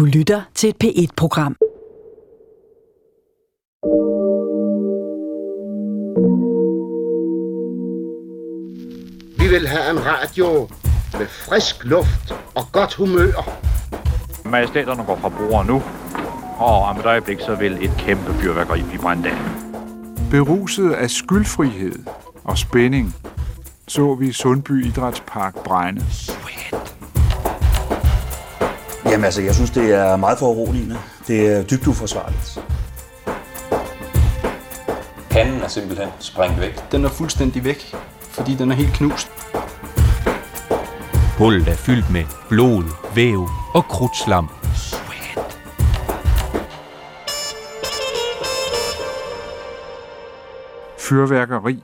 Du lytter til et P1-program. Vi vil have en radio med frisk luft og godt humør. Majestæterne går fra bord nu, og om et øjeblik så vil et kæmpe fyrværkeri blive brændt af. Beruset af skyldfrihed og spænding, så vi Sundby Idrætspark brænde. Jamen altså, jeg synes, det er meget foruroligende. Det er dybt uforsvarligt. Kanden er simpelthen sprængt væk. Den er fuldstændig væk, fordi den er helt knust. Hullet er fyldt med blod, væv og krudtslam. Fyrværkeri.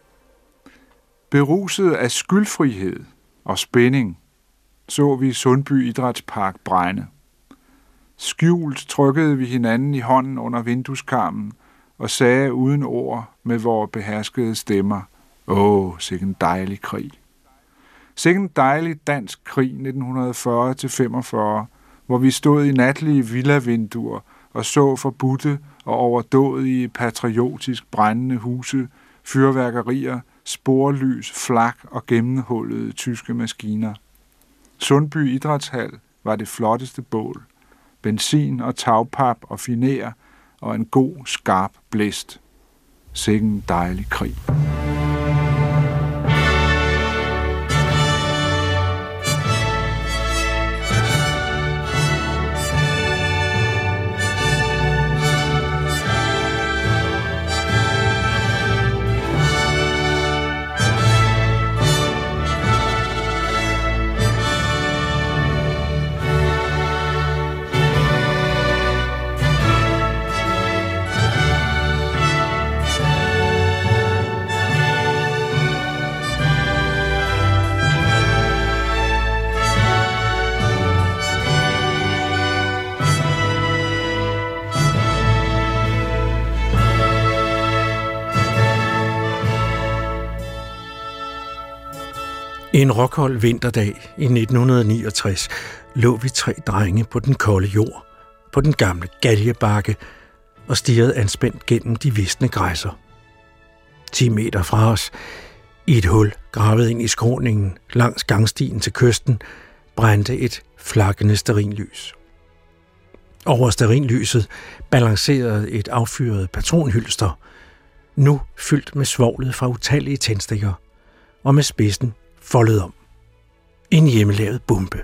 Beruset af skyldfrihed og spænding, så vi Sundby Idrætspark brænde. Skjult trykkede vi hinanden i hånden under vindueskarmen og sagde uden ord med vores beherskede stemmer: sikken dejlig krig. Sikken dejlig dansk krig 1940-45, hvor vi stod i natlige villavinduer og så forbudte og overdådige patriotisk brændende huse, fyrværkerier, sporlys, flak og gennemhullede tyske maskiner. Sundby Idrætshal var det flotteste bål. Benzin og tagpap og finer og en god, skarp blæst. Sikken dejlig krig. En rockhold vinterdag i 1969 lå vi 3 drenge på den kolde jord, på den gamle galjebakke, og stirrede anspændt gennem de visne græsser. 10 meter fra os, i et hul gravet ind i skråningen langs gangstien til kysten, brændte et flakkende stearinlys. Over stearinlyset balancerede et affyret patronhylster, nu fyldt med svovlet fra utallige tændstikker, og med spidsen foldet om. En hjemmelavet bombe.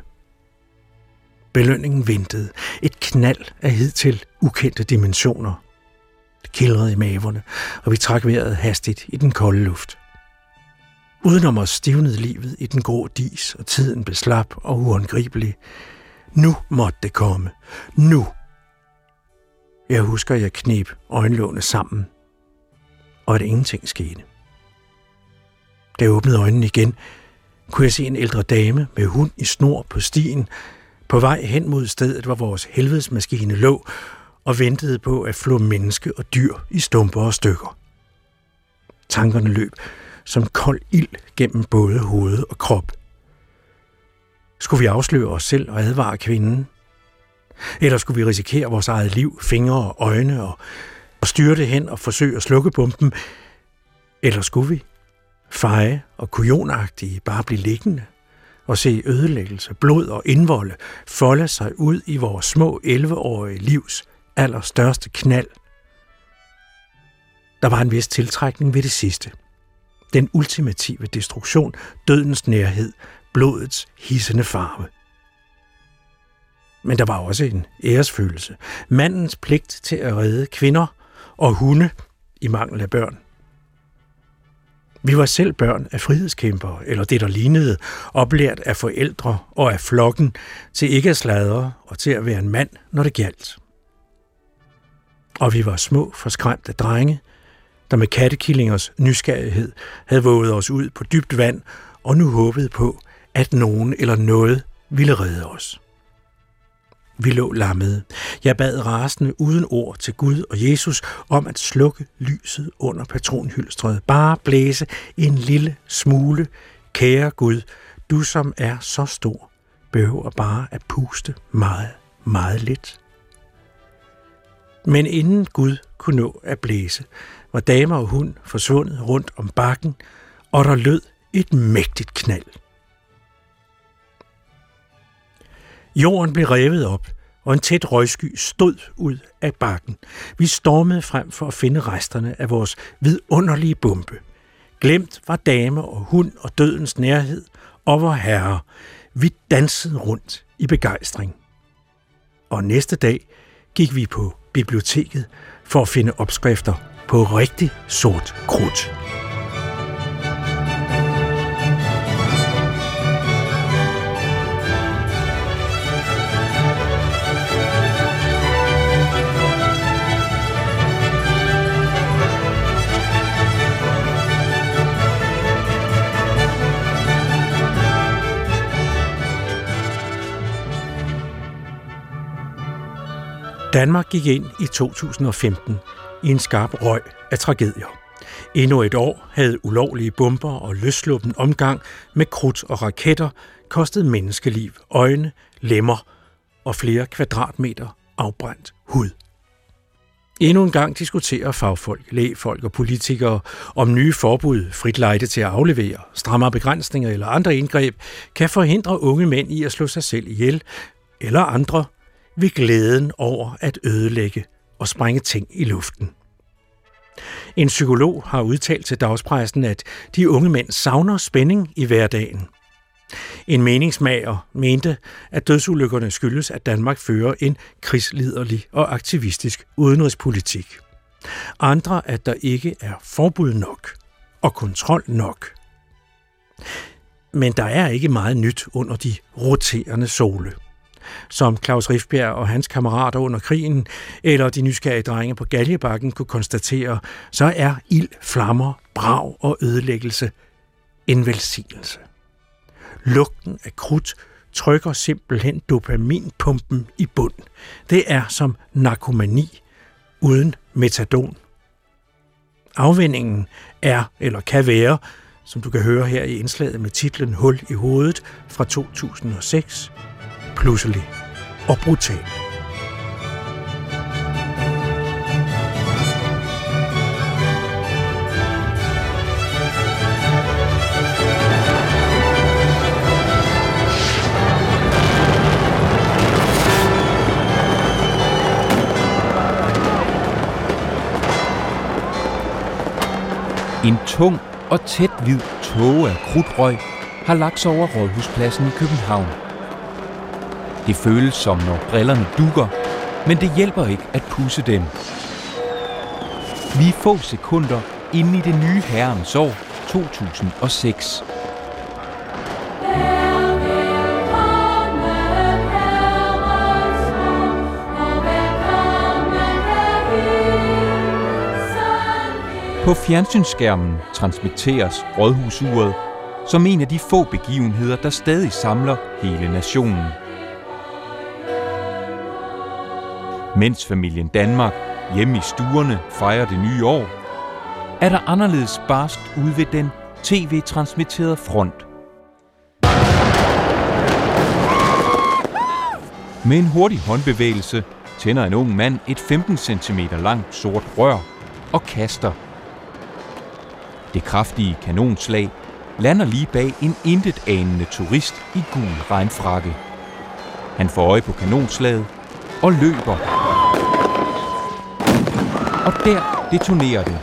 Belønningen ventede. Et knald af hidtil ukendte dimensioner. Det kildrede i maverne, og vi trak vejret hastigt i den kolde luft. Udenom os stivnede livet i den grå dis, og tiden blev slap og uangribelig. Nu måtte det komme. Nu! Jeg husker, jeg kneb øjenlågene sammen, og at ingenting skete. Da jeg åbnede øjnene igen, kunne jeg se en ældre dame med hund i snor på stien, på vej hen mod stedet, hvor vores helvedesmaskine lå, og ventede på at flå menneske og dyr i stumper og stykker. Tankerne løb som kold ild gennem både hoved og krop. Skulle vi afsløre os selv og advare kvinden? Eller skulle vi risikere vores eget liv, fingre og øjne og styrte hen og forsøge at slukke bomben? Eller skulle vi, feje og kujonagtige, bare blive liggende og se ødelæggelse, blod og indvolde folde sig ud i vores små 11-årige livs allerstørste knald? Der var en vis tiltrækning ved det sidste. Den ultimative destruktion, dødens nærhed, blodets hissende farve. Men der var også en æresfølelse. Mandens pligt til at redde kvinder og hunde i mangel af børn. Vi var selv børn af frihedskæmpere, eller det der lignede, oplært af forældre og af flokken til ikke at sladre og til at være en mand, når det gjaldt. Og vi var små, forskræmte drenge, der med kattekillingers nysgerrighed havde våget os ud på dybt vand og nu håbede på, at nogen eller noget ville redde os. Vi lå lammede. Jeg bad rasende uden ord til Gud og Jesus om at slukke lyset under patronhylstret. Bare blæse en lille smule. Kære Gud, du som er så stor, behøver bare at puste meget, meget lidt. Men inden Gud kunne nå at blæse, var damer og hund forsvundet rundt om bakken, og der lød et mægtigt knald. Jorden blev revet op, og en tæt røgsky stod ud af bakken. Vi stormede frem for at finde resterne af vores vidunderlige bombe. Glemt var dame og hund og dødens nærhed, og vor herre. Vi dansede rundt i begejstring. Og næste dag gik vi på biblioteket for at finde opskrifter på rigtig sort krudt. Danmark gik ind i 2015 i en skarp røg af tragedier. Endnu et år havde ulovlige bomber og løssluppen omgang med krudt og raketter kostet menneskeliv, øjne, lemmer og flere kvadratmeter afbrændt hud. Endnu en gang diskuterer fagfolk, lægfolk og politikere om nye forbud, frit lejde til at aflevere, strammere begrænsninger eller andre indgreb kan forhindre unge mænd i at slå sig selv ihjel eller andre ved glæden over at ødelægge og sprænge ting i luften. En psykolog har udtalt til dagspressen, at de unge mænd savner spænding i hverdagen. En meningsmager mente, at dødsulykkerne skyldes, at Danmark fører en krigsliderlig og aktivistisk udenrigspolitik. Andre, at der ikke er forbud nok og kontrol nok. Men der er ikke meget nyt under de roterende sole. Som Claus Rifbjerg og hans kammerater under krigen, eller de nysgerrige drenge på Galjebakken kunne konstatere, så er ild, flammer, brag og ødelæggelse en velsignelse. Lugten af krudt trykker simpelthen dopaminpumpen i bund. Det er som narkomani uden metadon. Afvindingen er, eller kan være, som du kan høre her i indslaget med titlen Hul i hovedet fra 2006, pludselig og brutal. En tung og tæt hvid tåge af krudtrøg har lagt sig over Rådhuspladsen i København. Det føles som, når brillerne dukker, men det hjælper ikke at pudse dem. Vi er få sekunder inde i det nye herrens år 2006. På fjernsynsskærmen transmitteres Rådhusuret som en af de få begivenheder, der stadig samler hele nationen. Mens familien Danmark hjemme i stuerne fejrer det nye år, er der anderledes barskt ude ved den tv-transmitterede front. Med en hurtig håndbevægelse tænder en ung mand et 15 cm langt sort rør og kaster. Det kraftige kanonslag lander lige bag en intetanende turist i gul regnfrakke. Han får øje på kanonslaget og løber. Og der detonerer det.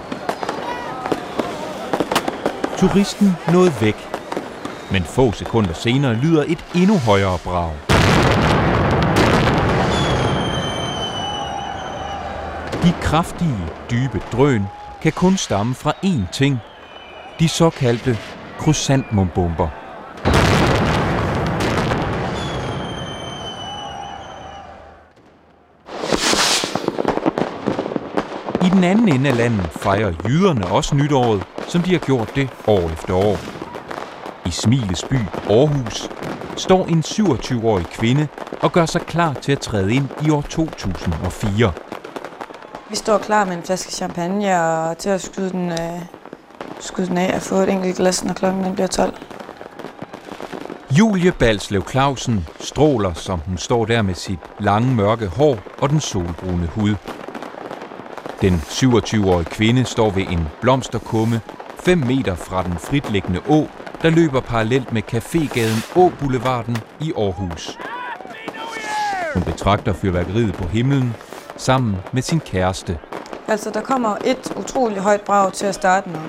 Turisten nåede væk, men få sekunder senere lyder et endnu højere brag. De kraftige, dybe drøn kan kun stamme fra én ting: de såkaldte krysantemum-bomber. I den anden ende af landet fejrer jyderne også nytåret, som de har gjort det år efter år. I Smiles by, Aarhus, står en 27-årig kvinde og gør sig klar til at træde ind i år 2004. Vi står klar med en flaske champagne og til at skyde den af og få et enkelt glas, når klokken bliver 12. Julie Balslev Clausen stråler, som hun står der med sit lange mørke hår og den solbrune hud. Den 27-årige kvinde står ved en blomsterkumme 5 meter fra den fritliggende å, der løber parallelt med cafégaden Åboulevarden i Aarhus. Hun betragter fyrværkeriet på himlen sammen med sin kæreste. Altså, der kommer et utroligt højt brag til at starte med.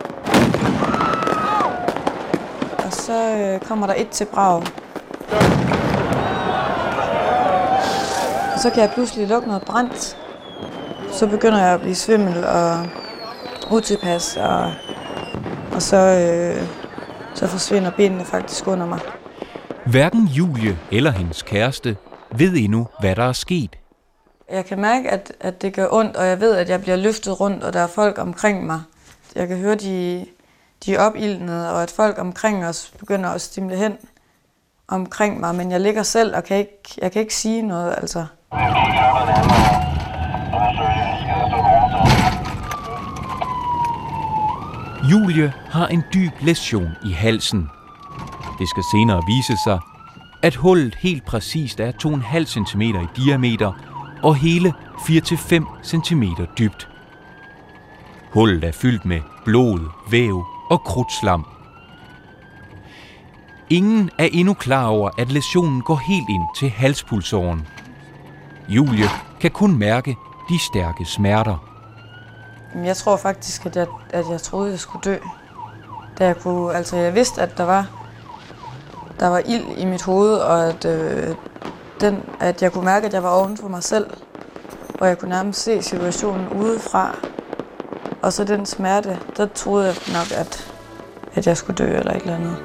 Og så kommer der et til brag. Og så kan jeg pludselig lukke noget brændt. Så begynder jeg at blive svimmel og utilpas, og så forsvinder benene faktisk under mig. Hverken Julie eller hendes kæreste ved endnu, hvad der er sket. Jeg kan mærke, at det gør ondt, og jeg ved, at jeg bliver løftet rundt, og der er folk omkring mig. Jeg kan høre, de er opildnede, og at folk omkring os begynder at stimle hen omkring mig, men jeg ligger selv og jeg kan ikke sige noget, altså. Julie har en dyb læsion i halsen. Det skal senere vise sig, at hullet helt præcist er 2,5 cm i diameter og hele 4-5 cm dybt. Hullet er fyldt med blod, væv og krudtslam. Ingen er endnu klar over, at læsionen går helt ind til halspulsåren. Julie kan kun mærke de stærke smerter. Jeg tror faktisk, at jeg troede, jeg skulle dø. Da jeg vidste, at der var ild i mit hoved, og at jeg kunne mærke, at jeg var oven for mig selv. Og jeg kunne nærmest se situationen udefra. Og så den smerte, der troede jeg nok, at jeg skulle dø eller et eller andet.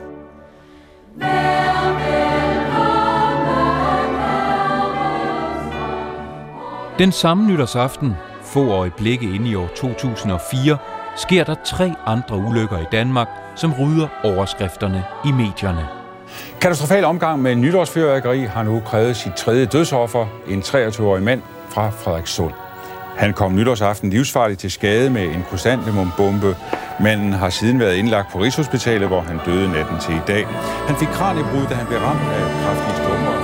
Den samme nytårsaften, få øjeblikke inde i år 2004, sker der 3 andre ulykker i Danmark, som rydder overskrifterne i medierne. Katastrofal omgang med nytårsfyrværkeri har nu krævet sit 3. dødsoffer, en 23-årig mand fra Frederikssund. Han kom nytårsaften livsfarligt til skade med en krysantemumbombe. Manden har siden været indlagt på Rigshospitalet, hvor han døde natten til i dag. Han fik kraniebrud, da han blev ramt af kraftige stumper.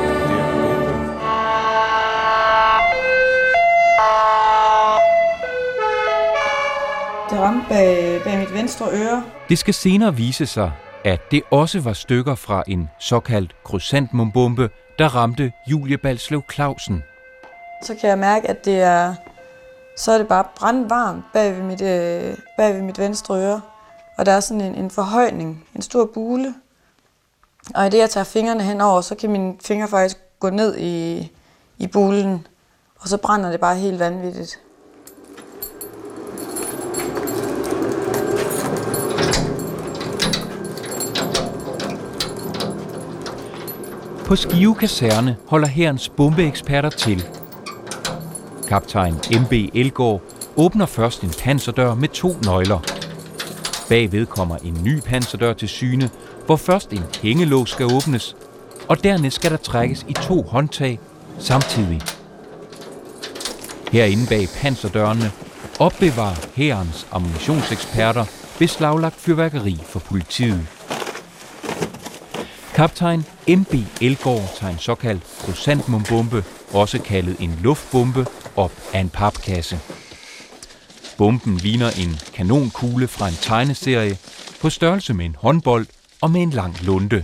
Det ramte bag mit venstre øre. Det skal senere vise sig, at det også var stykker fra en såkaldt krysantemumbombe, der ramte Julie Balslev Clausen. Så kan jeg mærke, at så er det bare brandvarmt bag ved mit venstre øre. Og der er sådan en forhøjning, en stor bule. Og i det, jeg tager fingrene henover, så kan mine fingre faktisk gå ned i bulen. Og så brænder det bare helt vanvittigt. På Skive Kaserne holder hærens bombeeksperter til. Kaptajn M.B. Elgård åbner først en panserdør med 2 nøgler. Bagved kommer en ny panserdør til syne, hvor først en hængelås skal åbnes, og dernæst skal der trækkes i 2 håndtag samtidig. Herinde bag panserdørene opbevarer hærens ammunitionseksperter beslaglagt fyrværkeri for politiet. Kaptajn M.B. Elgård tager en såkaldt krysantemumbombe, også kaldet en luftbombe, op af en papkasse. Bomben ligner en kanonkugle fra en tegneserie på størrelse med en håndbold og med en lang lunte.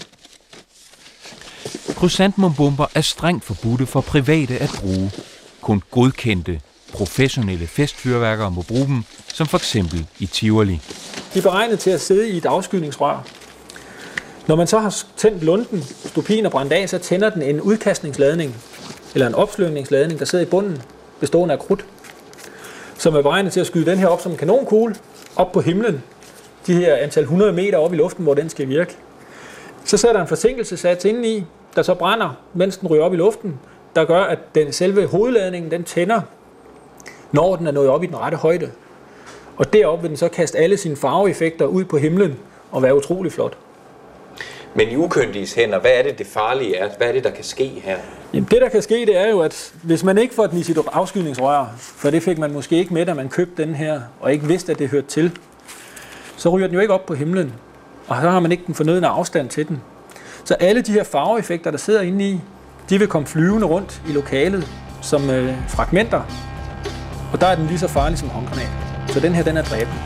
Krysantemumbomber er strengt forbudte for private at bruge. Kun godkendte, professionelle festfyrværkere må bruge dem, som for eksempel i Tivoli. De er beregnet til at sidde i et afskydningsrør. Når man så har tændt lunden, stupin og brændt af, så tænder den en udkastningsladning, eller en opsløgningsladning, der sidder i bunden, bestående af krudt, som er beregnet til at skyde den her op som en kanonkugle, op på himlen, de her antal 100 meter op i luften, hvor den skal virke. Så sætter en forsinkelsessats indeni, der så brænder, mens den ryger op i luften, der gør, at den selve hovedladningen, den tænder, når den er nået op i den rette højde. Og deroppe vil den så kaste alle sine farveeffekter ud på himlen og være utrolig flot. Men i ukyndiges hænder, hvad er det farlige er? Hvad er det, der kan ske her? Jamen det, der kan ske, det er jo, at hvis man ikke får den i sit afskydningsrør, for det fik man måske ikke med, da man købte den her, og ikke vidste, at det hørte til, så ryger den jo ikke op på himlen. og så har man ikke den fornødne afstand til den. Så alle de her farveeffekter, der sidder inde i, de vil komme flyvende rundt i lokalet som fragmenter, og der er den lige så farlig som håndgranat. Så den her, den er dræbende.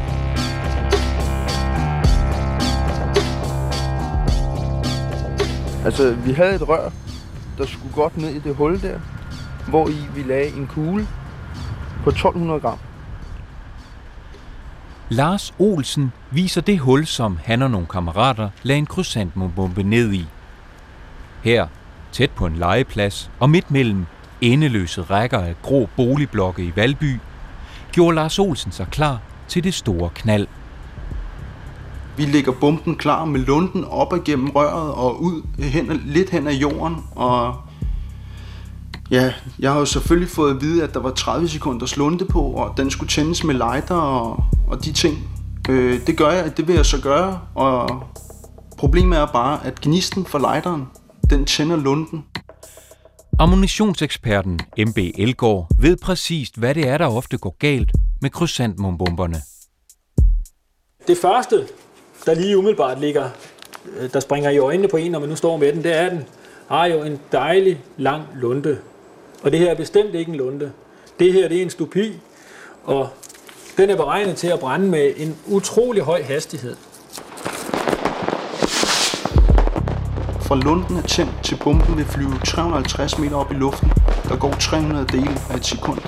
Altså, vi havde et rør, der skulle godt ned i det hul der, hvor i vi lagde en kugle på 1200 gram. Lars Olsen viser det hul, som han og nogle kammerater lagde en krydsantbombe ned i. Her, tæt på en legeplads og midt mellem endeløse rækker af grå boligblokke i Valby, gjorde Lars Olsen sig klar til det store knald. Vi lægger bomben klar med lunden op igennem røret og ud lidt hen ad jorden. Og ja, jeg har jo selvfølgelig fået at vide, at der var 30 sekunders lunde på, og den skulle tændes med lighter og de ting. Det gør jeg, det vil jeg så gøre, og problemet er bare, at gnisten for lighteren, den tænder lunden. Ammunitionseksperten M.B. Elgård ved præcist, hvad det er, der ofte går galt med krydsantbomberne. Det første, der lige umiddelbart ligger, der springer i øjnene på en, når man nu står med den, det er, at den har jo en dejlig lang lunde. Og det her er bestemt ikke en lunde. Det her, det er en stupi, og den er beregnet til at brænde med en utrolig høj hastighed. Fra lunden er tændt til bomben vil flyve 350 meter op i luften. Der går 300 dele af et sekund.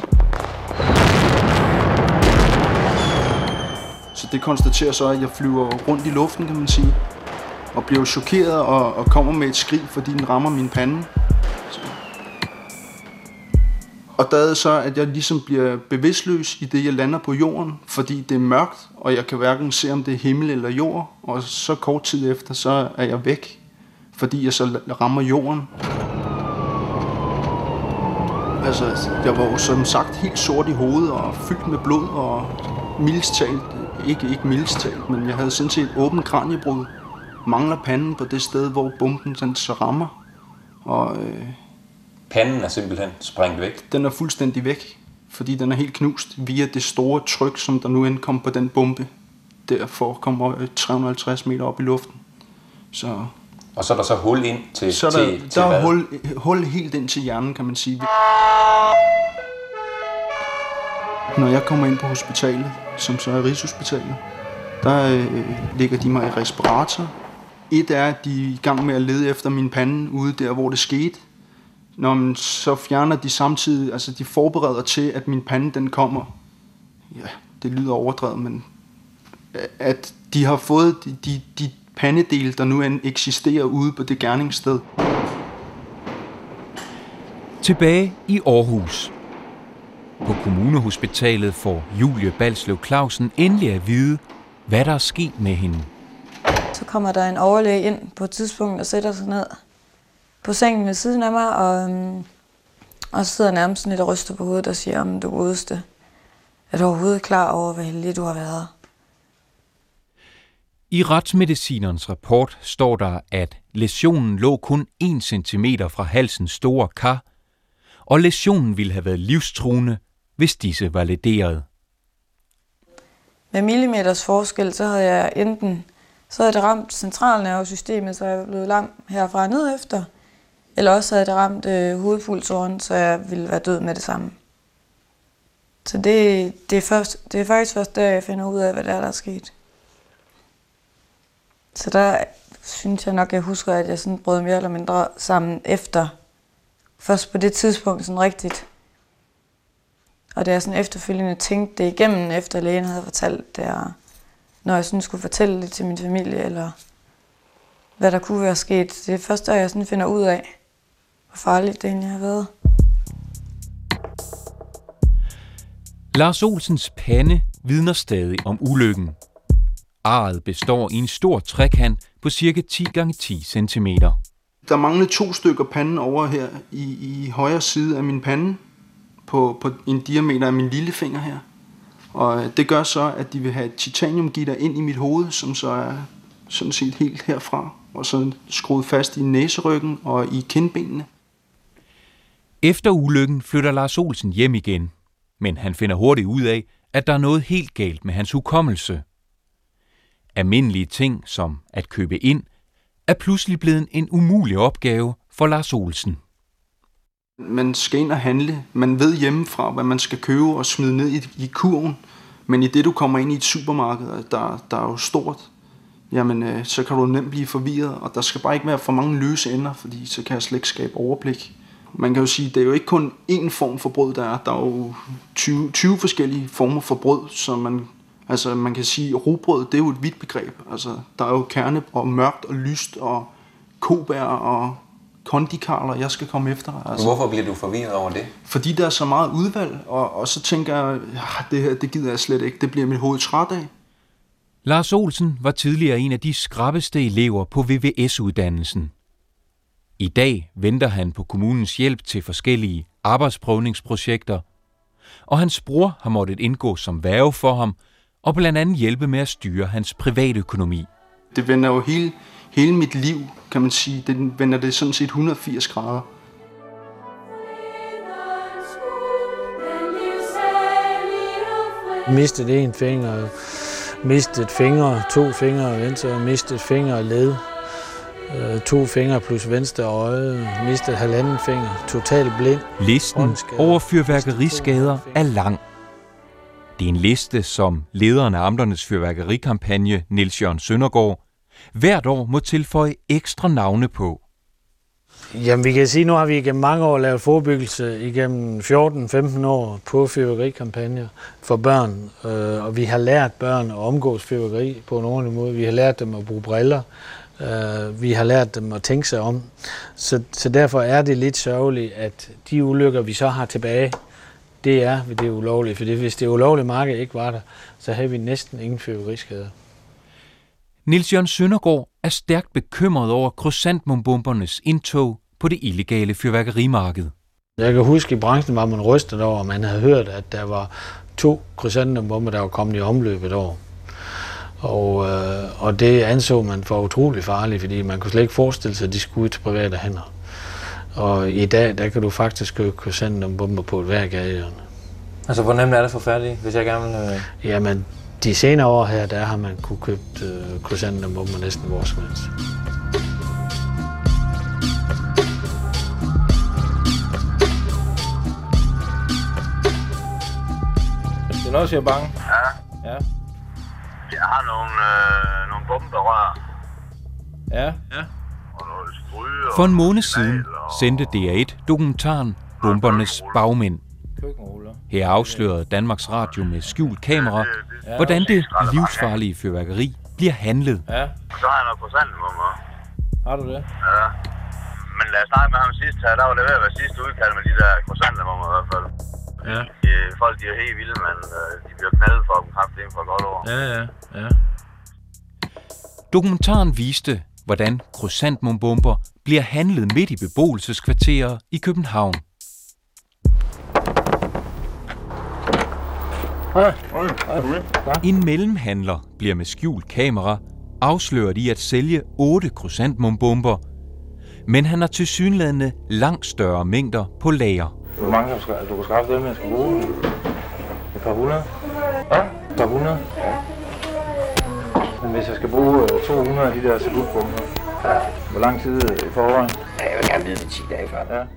Så det konstaterer så, at jeg flyver rundt i luften, kan man sige. Og bliver chokeret og kommer med et skrig, fordi den rammer min pande. Og der er så, at jeg ligesom bliver bevidstløs i det, jeg lander på jorden, fordi det er mørkt, og jeg kan hverken se, om det er himmel eller jord. Og så kort tid efter, så er jeg væk, fordi jeg så rammer jorden. Altså, jeg var jo som sagt helt sort i hovedet og fyldt med blod og mildest talt, ikke mildest talt, men jeg havde sådan set åbent kraniebrud. Mangler panden på det sted, hvor bomben den så rammer. Og panden er simpelthen sprængt væk? Den er fuldstændig væk, fordi den er helt knust via det store tryk, som der nu indkom på den bombe. Derfor kommer 350 meter op i luften. Så og så er der så hul ind til så der er hul helt ind til hjernen, kan man sige. Når jeg kommer ind på hospitalet, som så er Rigshospitalet, der ligger de mig i respirator. Et er, at de er i gang med at lede efter min pande ude der, hvor det skete. Når man så fjerner de samtidig, altså de forbereder til, at min pande den kommer. Ja, det lyder overdrevet, men at de har fået de pandedele, der nu eksisterer ude på det gerningssted. Tilbage i Aarhus. På kommunehospitalet får Julie Balslev Clausen endelig at vide, hvad der er sket med hende. Så kommer der en overlæge ind på et tidspunkt og sætter sig ned på sengen ved siden af mig, og så sidder nærmest lidt og ryster på hovedet og siger, om du godeste, er du overhovedet klar over, hvor heldig du har været? I retsmedicinerens rapport står der, at læsionen lå kun 1 centimeter fra halsens store kar, og læsionen ville have været livstruende, hvis disse var lederet. Med millimeters forskel, så havde jeg enten det ramt centralnervesystemet, så jeg blev lam herfra og ned efter, eller også havde det ramt hovedpulsåren, så jeg ville være død med det samme. Så det er faktisk først der, jeg finder ud af, hvad der er sket. Så der synes jeg nok, jeg husker, at jeg sådan brød mere eller mindre sammen efter. Først på det tidspunkt sådan rigtigt. Og det er sådan efterfølgende tænkt det igennem, efter lægen havde fortalt det, når jeg sådan skulle fortælle det til min familie, eller hvad der kunne være sket. Det er først der, jeg sådan finder ud af, hvor farligt det egentlig har været. Lars Olsens pande vidner stadig om ulykken. Arret består i en stor trekant på cirka 10 x 10 cm. Der manglede 2 stykker pande over her i højre side af min pande, på en diameter af min lillefinger her. Og det gør så, at de vil have et titaniumgitter ind i mit hoved, som så er sådan set helt herfra, og så skruet fast i næseryggen og i kindbenene. Efter ulykken flytter Lars Olsen hjem igen, men han finder hurtigt ud af, at der er noget helt galt med hans hukommelse. Almindelige ting som at købe ind er pludselig blevet en umulig opgave for Lars Olsen. Man skal ind og handle. Man ved hjemmefra, hvad man skal købe og smide ned i kurven. Men i det, du kommer ind i et supermarked, der er jo stort, jamen så kan du nemt blive forvirret. Og der skal bare ikke være for mange løse ender, fordi så kan jeg slet ikke skabe overblik. Man kan jo sige, det er jo ikke kun én form for brød, der er. Der er jo 20 forskellige former for brød, som man kan sige, rugbrød, det er jo et vidt begreb. Altså, der er jo kerne og mørkt og lyst og kobær og kondikarler, jeg skal komme efter. Altså. Hvorfor bliver du forvirret over det? Fordi der er så meget udvalg, og så tænker jeg, det her, det gider jeg slet ikke. Det bliver mit hoved træt af. Lars Olsen var tidligere en af de skrappeste elever på VVS-uddannelsen. I dag venter han på kommunens hjælp til forskellige arbejdsprøvningsprojekter, og hans bror har måttet indgå som værge for ham, og blandt andet hjælpe med at styre hans privatøkonomi. Det vender jo hele mit liv, kan man sige. Det vender det sådan set 180 grader. Mistet en finger, mistet fingre, 2 fingre venstre, mistet finger led, 2 fingre plus venstre øje, mistet 1,5 finger, totalt blind. Listen over fyrværkeriskader er lang. Det er en liste, som lederen af amternes fyrværkerikampagne, Niels Jørgen Søndergaard, hvert år må tilføje ekstra navne på. Jamen vi kan sige, nu har vi igennem mange år lavet forebyggelse igennem 14-15 år på fyrværkerikampagner for børn. Og vi har lært børn at omgås fyrværkeri på en ordentlig måde. Vi har lært dem at bruge briller. Vi har lært dem at tænke sig om. Så derfor er det lidt sørgeligt, at de ulykker, vi så har tilbage, det er ved det ulovlige. For hvis det ulovlige marked ikke var der, så havde vi næsten ingen fyrværkeriskader. Niels Jørgen Søndergaard er stærkt bekymret over krysantembombombernes indtog på det illegale fyrværkerimarked. Jeg kan huske, i branchen var man rystet over, at man havde hørt, at der var 2 krysantembombber, der var kommet i omløb et år. Og det anså man for utrolig farligt, fordi man kunne slet ikke forestille sig, at de skulle ud til private hænder. Og i dag, der kan du faktisk købe krysantembombber på et hver gadehjørne. Altså, hvor nemt er det for færdig, hvis jeg gerne vil... Jamen, de senere år her, der har man kunne købe krysantembombber næsten hvor som helst. Det er noget, jeg er bange. Ja. Jeg har nogle bomberør. Ja. For en måned siden sendte DR1 dokumentaren Bombernes Bagmænd. Her afslørede Danmarks Radio med skjult kamera, hvordan det livsfarlige fyrværkeri bliver handlet. Ja. Så har jeg noget krysantembombber. Har du det? Ja. Men lad os snakke med ham sidst her. Der var det ved at være sidste udkald med de der krysantembombber i hvert fald. Ja. Folk, de er helt vilde, men de bliver knaldet for dem kraftigt for godt år. Ja. Dokumentaren viste, hvordan krysantembombomber bliver handlet midt i beboelseskvarterer i København. En mellemhandler bliver med skjult kamera afsløret i at sælge 8 krysantembombomber, men han har tilsyneladende langt større mængder på lager. Hvor mange du kan skaffe dem, jeg skal bruge? Et par 100? Ja, et par 100? Ja. Men hvis jeg skal bruge 200 af de der salutbomber, hvor lang tid i forvejen? Ja, jeg vil gerne vide det 10 dage før. Ja.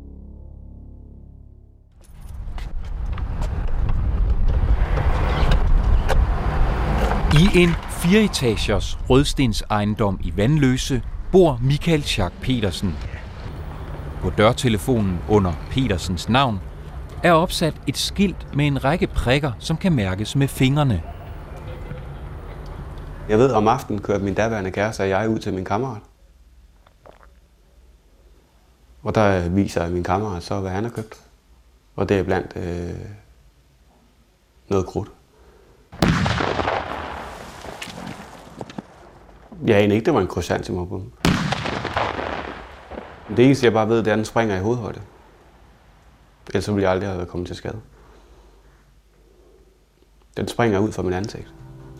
I en 4-etagers rødstensejendom i Vandløse bor Michael Schack Petersen. På dørtelefonen under Petersens navn er opsat et skilt med en række prikker, som kan mærkes med fingrene. Jeg ved, om aftenen kørte min daværende kæreste og jeg ud til min kammerat. Og der viser min kammerat så, hvad han har købt. Og det er blandt noget krudt. Jeg aner ikke, det var en krysantembombombe. Det eneste, jeg bare ved, det er, at den springer i hovedhøjde. Ellers ville jeg aldrig have kommet til skade. Den springer ud fra min ansigt.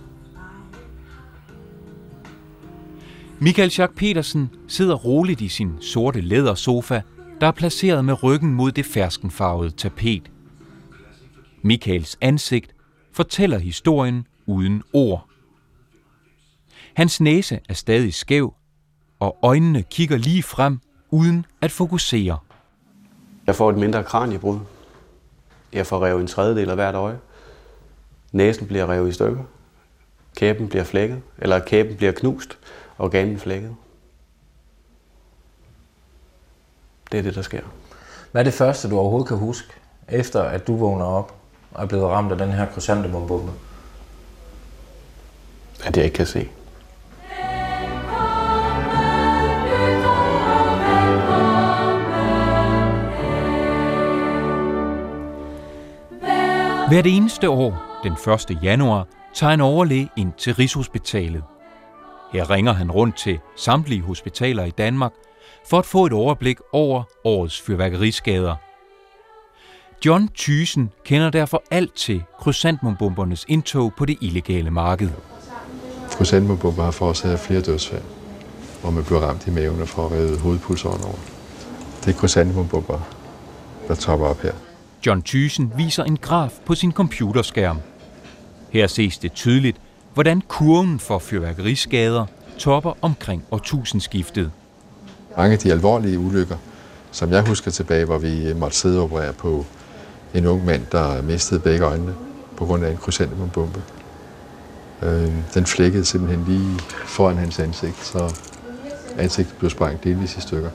Michael Schack Petersen sidder roligt i sin sorte lædersofa, der er placeret med ryggen mod det ferskenfarvede tapet. Michaels ansigt fortæller historien uden ord. Hans næse er stadig skæv, og øjnene kigger lige frem, uden at fokusere. Jeg får et mindre kraniebrud. Jeg får revet en tredjedel af hvert øje. Næsen bliver revet i stykker. Kæben bliver flækket, eller kæben bliver knust, og ganen flækket. Det er det, der sker. Hvad er det første, du overhovedet kan huske, efter at du vågner op og er blevet ramt af den her krysantemumbombe? At jeg ikke kan se. Hvert eneste år, den 1. januar, tager en overlæge ind til Rigshospitalet. Her ringer han rundt til samtlige hospitaler i Danmark for at få et overblik over årets fyrværkeriskader. John Thyssen kender derfor alt til krysantemumbombernes indtog på det illegale marked. Krysantemumbomber har forårsaget flere dødsfald, hvor man bliver ramt i maven og får revet hovedpulsåren over. Det er krysantemumbomber, der topper op her. John Thyssen viser en graf på sin computerskærm. Her ses det tydeligt, hvordan kurven for fyrværkeriskader topper omkring årtusindskiftet. Mange af de alvorlige ulykker, som jeg husker tilbage, hvor vi måtte sidde og operere på en ung mand, der mistede begge øjnene på grund af en krysantemumbombe. Den flækkede simpelthen lige foran hans ansigt, så ansigtet blev sprængt delvis i stykker.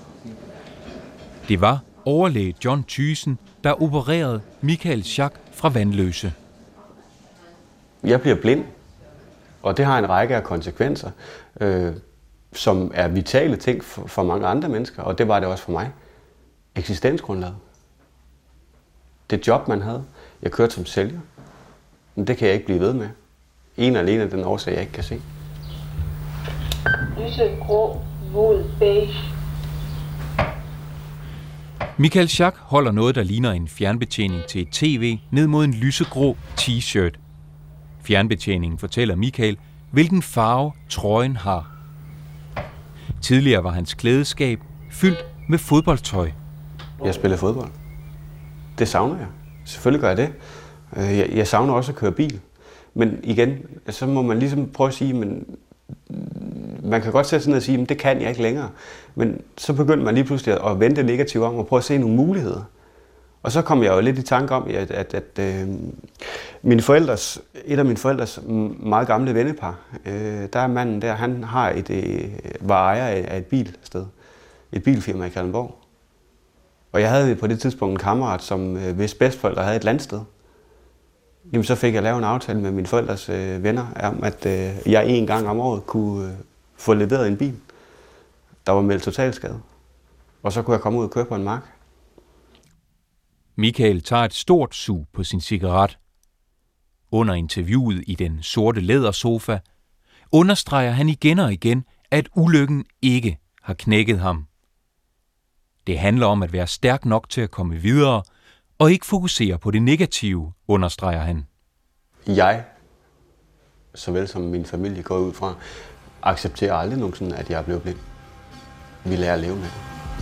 Det var overlæge John Thyssen, der opererede Michael Schack fra Vanløse. Jeg bliver blind, og det har en række af konsekvenser, som er vitale ting for mange andre mennesker, og det var det også for mig. Eksistensgrundlaget. Det job, man havde. Jeg kørte som sælger, men det kan jeg ikke blive ved med. En og alene af den årsag, jeg ikke kan se. Lysegrå, våd, beige. Michael Schack holder noget, der ligner en fjernbetjening til et tv ned mod en lysegrå t-shirt. Fjernbetjeningen fortæller Michael, hvilken farve trøjen har. Tidligere var hans klædeskab fyldt med fodboldtøj. Jeg spiller fodbold. Det savner jeg. Selvfølgelig gør jeg det. Jeg savner også at køre bil. Men igen, så må man ligesom prøve at sige, men man kan godt sætte sig ned og sige, at det kan jeg ikke længere. Men så begynder man lige pludselig at vende det negativt om og prøve at se nogle muligheder. Og så kom jeg jo lidt i tanke om, at et af mine forældres meget gamle vennepar, der er manden der, han har var ejer af et bilsted. Et bilfirma i Kalundborg. Og jeg havde på det tidspunkt en kammerat, som hvis bedsteforældre havde et landsted. Jamen, så fik jeg lavet en aftale med mine forældres venner om, at jeg en gang om året kunne få leveret en bil, der var meldt totalskade. Og så kunne jeg komme ud og køre på en mark. Michael tager et stort sug på sin cigaret. Under interviewet i den sorte lædersofa understreger han igen og igen, at ulykken ikke har knækket ham. Det handler om at være stærk nok til at komme videre, og ikke fokusere på det negative, understreger han. Jeg, såvel som min familie går ud fra, accepterer aldrig nogensinde, at jeg er blevet blind. Vi lærer at leve med det.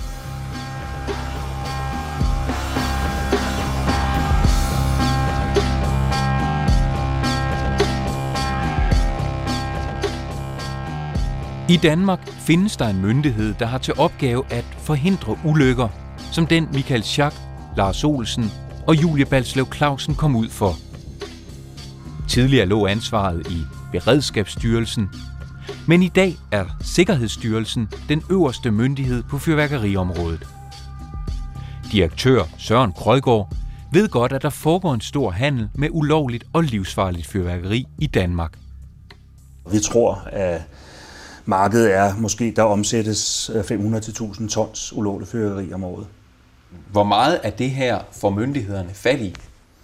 I Danmark findes der en myndighed, der har til opgave at forhindre ulykker, som den Michael Schack, Lars Olsen og Julie Balslev Clausen kom ud for. Tidligere lå ansvaret i Beredskabsstyrelsen, men i dag er Sikkerhedsstyrelsen den øverste myndighed på fyrværkeriområdet. Direktør Søren Krøjgaard ved godt, at der foregår en stor handel med ulovligt og livsfarligt fyrværkeri i Danmark. Vi tror, at markedet er måske, der omsættes 500-1000 tons ulovligt fyrværkeri om året. Hvor meget af det her får myndighederne fat i?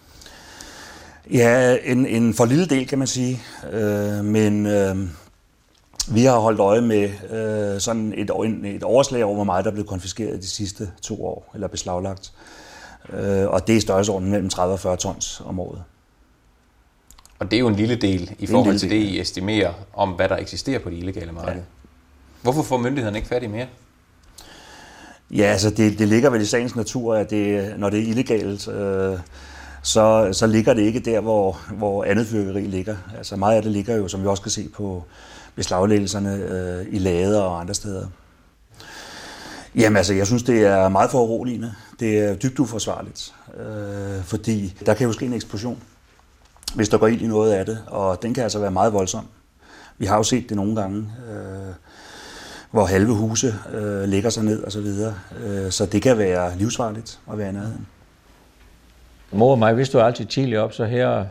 Ja, en for lille del, kan man sige. Men vi har holdt øje med sådan et overslag over, hvor meget der er blevet konfiskeret de sidste 2 år, eller beslaglagt. Og det er størrelsesordenen mellem 30 og 40 tons om året. Og det er jo en lille del i forhold til det, I estimerer om, hvad der eksisterer på det illegale marked. Ja. Hvorfor får myndighederne ikke fat i mere? Ja, altså det ligger vel i sagens natur, at når det er illegalt, så ligger det ikke der, hvor andet fyrværkeri ligger. Altså meget af det ligger jo, som vi også kan se på beslaglæggelserne i lader og andre steder. Jamen altså, jeg synes, det er meget foruroligende. Det er dybt uforsvarligt, fordi der kan jo ske en eksplosion, hvis der går ild i noget af det, og den kan altså være meget voldsom. Vi har jo set det nogle gange, hvor halve huse lægger sig ned og så videre, så det kan være livsfarligt at være i nærheden. Mor og mig, vi stod altid tidligt op, så her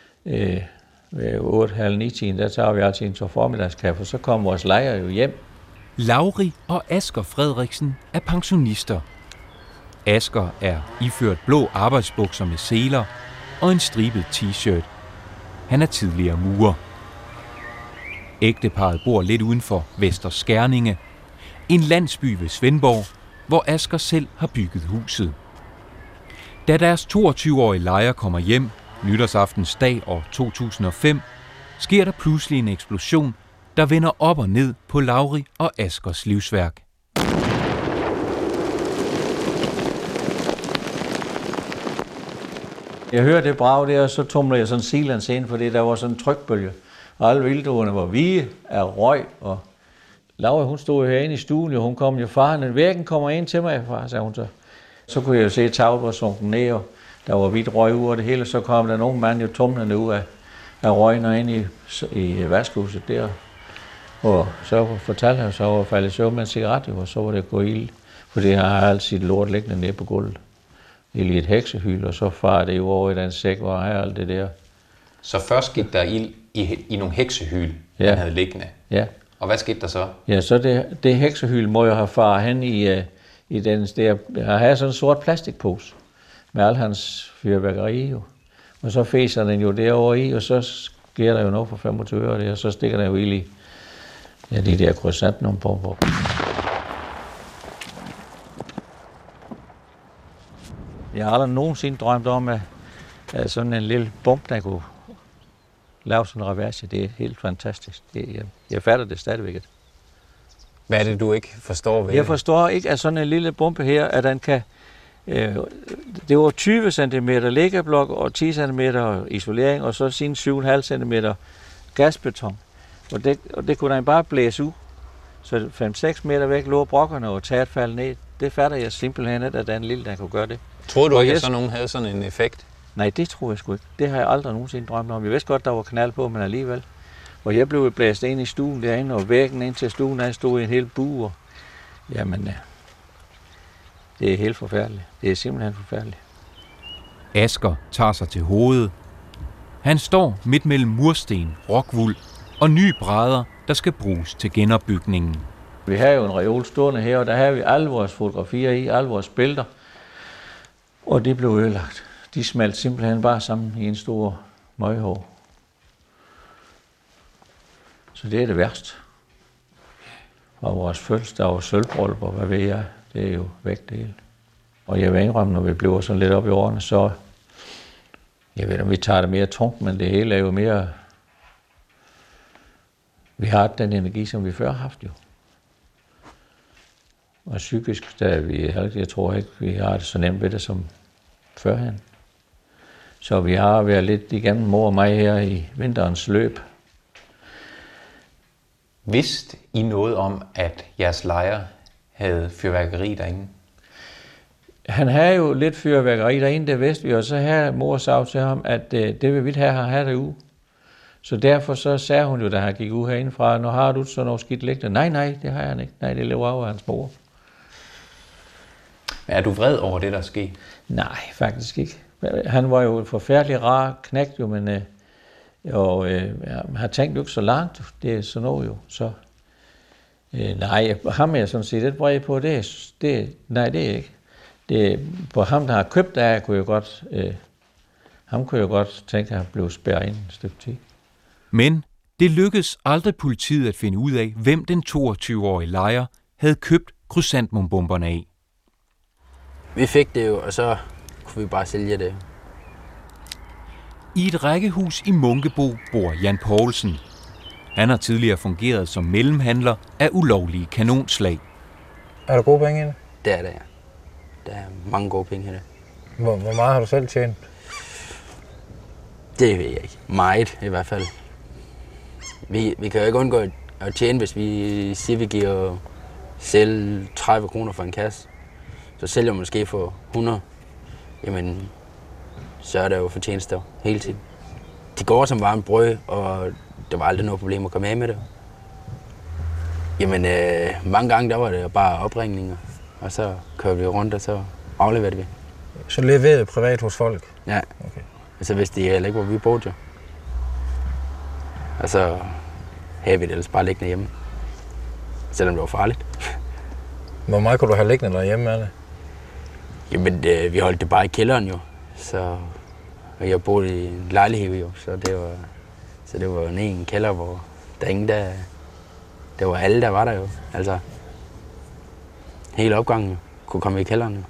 ved 8:30-9, der tager vi altid en tår formiddagskaffe, og så kommer vores lejer jo hjem. Lauri og Asger Frederiksen er pensionister. Asger er iført blå arbejdsbukser med seler og en stribet t-shirt. Han er tidligere murer. Ægteparret bor lidt uden for Vester Skærninge, en landsby ved Svendborg, hvor Asger selv har bygget huset. Da deres 22-årige lejer kommer hjem, nytårsaftens dag år 2005, sker der pludselig en eksplosion, der vender op og ned på Lauri og Asgers livsværk. Jeg hører det brag der, og så tumler jeg sådan silans ind, fordi der var sådan en trykbølge. Og alle vinduerne var hvide af røg, og Laura, hun stod herinde i stuen, og hun kom jo far, væggen kommer ind til mig, far, sagde hun så. Så kunne jeg jo se, at taget var sunket ned, og der var hvidt røg ud af det hele, så kom der nogle mand jo tumlende ud af røgene ind i vaskehuset der. Og så fortalte han, så var jeg faldet i søvn med en cigaret, og så var det gået ild, for det har altid lort liggende nede på gulvet. I et heksehyl, og så far det jo over i den sæk, hvor her alt det der. Så først gik der ild i nogle heksehyl, ja, han havde liggende. Ja. Og hvad skete der så? Ja, så det heksehyl må jo have far hen i den der. Jeg havde sådan en sort plastikpose med al hans fyrværkeri jo. Og så fæser den jo derovre i, og så sker der jo noget for 25 øre der, og så stikker der jo ild i de der croissantnummer. Jeg har aldrig nogensinde drømt om, at sådan en lille bump, der kunne lave sådan en reverse. Det er helt fantastisk. Jeg fatter det stadigvæk. Hvad er det, du ikke forstår ved? Jeg forstår ikke, at sådan en lille bombe her, at den kan... det var 20 cm læggerblok og 10 cm isolering, og så siden 7,5 cm gasbeton. Og det kunne den bare blæse ud. Så 5-6 meter væk lå brokkerne og taget falde ned. Det fatter jeg simpelthen, at den lille, der kunne gøre det. Troede du ikke, at sådan nogen havde sådan en effekt? Nej, det tror jeg sgu ikke. Det har jeg aldrig nogensinde drømt om. Jeg vidste godt, der var knald på, men alligevel. Og jeg blev blæst ind i stuen derinde, og væggen ind til stuen, der stod i en hel bue. Jamen, det er helt forfærdeligt. Det er simpelthen forfærdeligt. Asger tager sig til hovedet. Han står midt mellem mursten, rockwool og nye brædder, der skal bruges til genopbygningen. Vi har jo en reol stående her, og der har vi alle vores fotografier i, alle vores billeder. Og det blev ødelagt. De smeltede simpelthen bare sammen i en stor møghår. Så det er det værste. Og vores fødselsdag og sølvbryllup, og hvad ved jeg, det er jo væk det hele. Og jeg vil indrømme, når vi bliver sådan lidt op i årene, så jeg ved om vi tager det mere tungt, men det hele er jo mere... Vi har den energi, som vi før har haft jo. Og psykisk, der er vi, jeg tror ikke, vi har det så nemt ved det som førhen. Så vi har været lidt igennem mor og mig her i vinterens løb. Vidste I noget om, at jeres lejer havde fyrværkeri derinde? Han havde jo lidt fyrværkeri derinde, det vidste vi, og så havde mor sagt til ham, at det vil vi have derude. Så derfor så sagde hun jo, da han gik ud herindefra, nu har du sådan noget skidt liggende. Nej, det har han ikke. Nej, det lever over hans mor. Er du vred over det, der skete? Nej, faktisk ikke. Han var jo et forfærdeligt rar knægt, jo, men har tænkt jo ikke så langt. Det er sådan noget jo. Så, nej, ham er jeg sådan set lidt bred på. Nej, det er ikke. Det, på ham, der har købt der, kunne jeg godt tænke, at han blev spærret ind et stykke tid. Men det lykkedes aldrig politiet at finde ud af, hvem den 22-årige lejer havde købt krysantemumbomberne af. Vi fik det jo, og så kunne vi bare sælge det. I et rækkehus i Munkebo bor Jan Poulsen. Han har tidligere fungeret som mellemhandler af ulovlige kanonslag. Er der gode penge i det? Det er det, ja. Der er mange gode penge i det. Hvor meget har du selv tjent? Det ved jeg ikke. Meget i hvert fald. Vi kan jo ikke undgå at tjene, hvis vi siger, vi giver selv 30 kroner for en kasse. Så sælger man måske for 100. Jamen, så er der jo fortjenester hele tiden. De går som varmt brød, og der var aldrig noget problem at komme af med det. Jamen, mange gange der var det bare opringninger, og så kørte vi rundt, og så afleverede vi. Så leverede privat hos folk? Ja. Okay. Altså hvis det heller ikke, hvor vi boede jo. Og så havde vi det ellers bare liggende hjemme. Selvom det var farligt. Hvor meget kunne du have liggende derhjemme, eller? Jamen, vi holdt det bare i kælderen jo. Og jeg boede i en lejlighed jo, så det var en kælder, hvor der ingen der... Det var alle, der var der jo. Altså, hele opgangen jo, kunne komme i kælderen jo.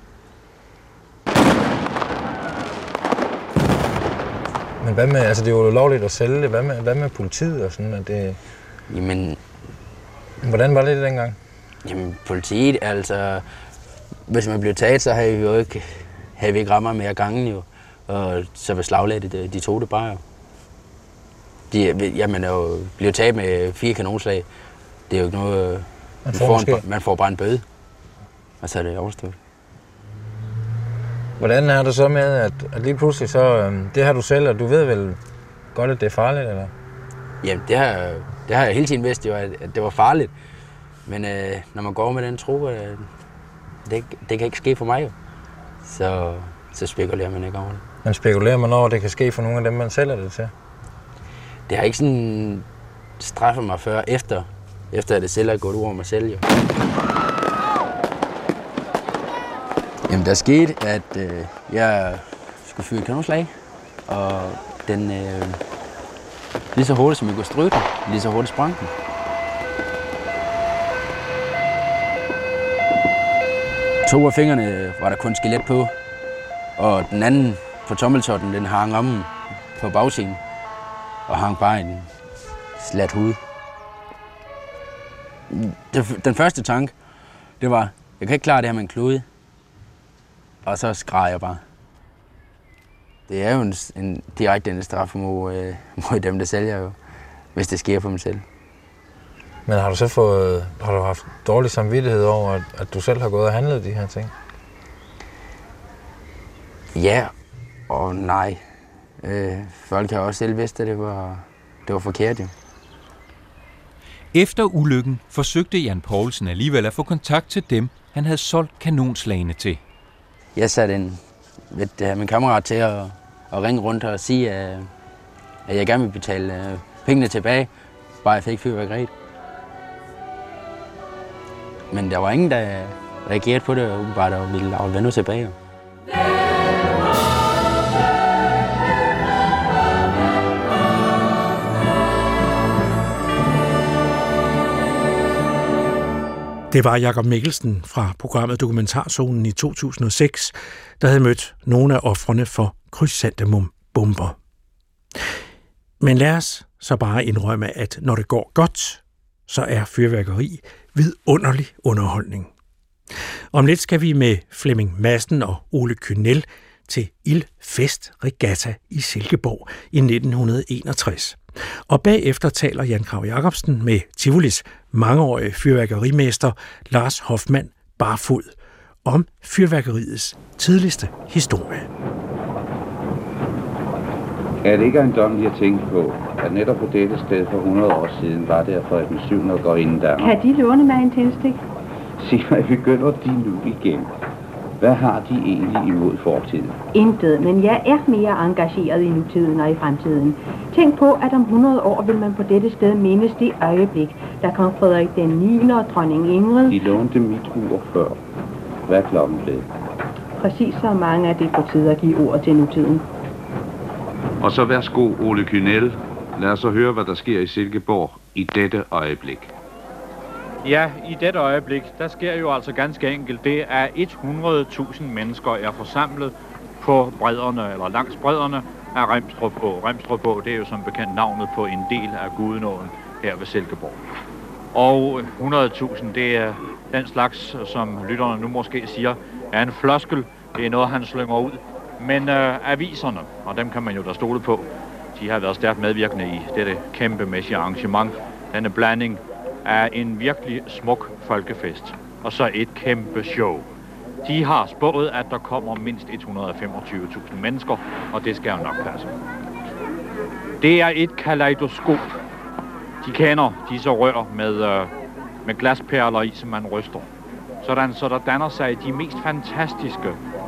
Men hvad med, altså det er jo lovligt at sælge det, hvad med politiet og sådan, at det... Jamen... Hvordan var det dengang? Jamen, politiet, altså... Hvis man blev taget, så havde vi ikke rammer med at gangen jo. Og så beslaglagde de tog det bare jo. Man er jo blevet taget med 4 kanonslag. Det er jo ikke noget... Man får bare en bøde. Og så er det overstået. Hvordan er det så med, at lige pludselig så... Det har du selv, og du ved vel godt, at det er farligt, eller? Jamen, det har jeg hele tiden vidst, jo, at det var farligt. Men når man går med den tro, det kan ikke ske for mig jo. Så spekulerer man ikke over det. Men spekulerer man over, at det kan ske for nogle af dem, man sælger det til? Det har ikke sådan straffet mig før, efter at det selv er gået over mig selv jo. Jamen, der skete, at jeg skulle fyre et kanonslag, og den lige så hurtigt som jeg kunne stryge den, lige så hurtigt sprang den. To af fingrene var der kun skelet på, og den anden på tommeltotten, den hang om på bagsiden, og hang bare en slat hud. Den første tanke, det var, jeg kan ikke klare det her med en klude. Og så skreg jeg bare. Det er jo en direkte straf mod dem, der sælger jo, hvis det sker for dem selv. Men har du haft dårlig samvittighed over, at du selv har gået og handlet de her ting? Ja og nej. Folk har også selv vidst, at det var forkert jo. Efter ulykken forsøgte Jan Poulsen alligevel at få kontakt til dem, han havde solgt kanonslagene til. Jeg satte min kammerat til at ringe rundt og sige, at jeg gerne vil betale pengene tilbage, bare jeg fik fyrværkeriet. Men der var ingen, der reagerede på det, og bare der ville afvende tilbage. Det var Jakob Mikkelsen fra programmet Dokumentarzonen i 2006, der havde mødt nogle af ofrene for krydsandemum-bomber. Men lad os så bare indrømme, at når det går godt, så er fyrværkeri vidunderlig underholdning. Om lidt skal vi med Flemming Madsen og Ole Kynell til Ildfest Regatta i Silkeborg i 1961. Og bagefter taler Jan Krag Jacobsen med Tivolis mangeårige fyrværkerimester Lars Hoffmann Barfod om fyrværkeriets tidligste historie. Er det ikke ejendommeligt at tænke på, at netop på dette sted for 100 år siden var der for den 7. går inden der. Kan de låne mig en tændstik? Sig mig, begynder de nu igen? Hvad har de egentlig imod fortiden? Intet, men jeg er mere engageret i nutiden og i fremtiden. Tænk på, at om 100 år vil man på dette sted mindes det øjeblik, der kom Frederik den 9. og dronning Ingrid. De lånte mit ur før. Hvad er klokken blevet? Præcis så mange er det på tide at give ord til nutiden. Og så værsgo, Ole Kynell. Lad os så høre, hvad der sker i Silkeborg i dette øjeblik. Ja, i dette øjeblik, der sker jo altså ganske enkelt det, at 100.000 mennesker er forsamlet på bredderne, eller langs bredderne af Remstrup Å. Remstrup Å, det er jo som bekendt navnet på en del af Gudenåen her ved Silkeborg. Og 100.000, det er den slags, som lytterne nu måske siger, er en floskel. Det er noget, han slynger ud. Men aviserne, og dem kan man jo da stole på, de har været stærkt medvirkende i dette kæmpemæssige arrangement. denne blanding af en virkelig smuk folkefest og så et kæmpe show. De har spået, at der kommer mindst 125.000 mennesker, og det skal jo nok passe. Det er et kaleidoskop. De kender disse rør med glasperler i, som man ryster. Sådan, så der danner sig de mest fantastiske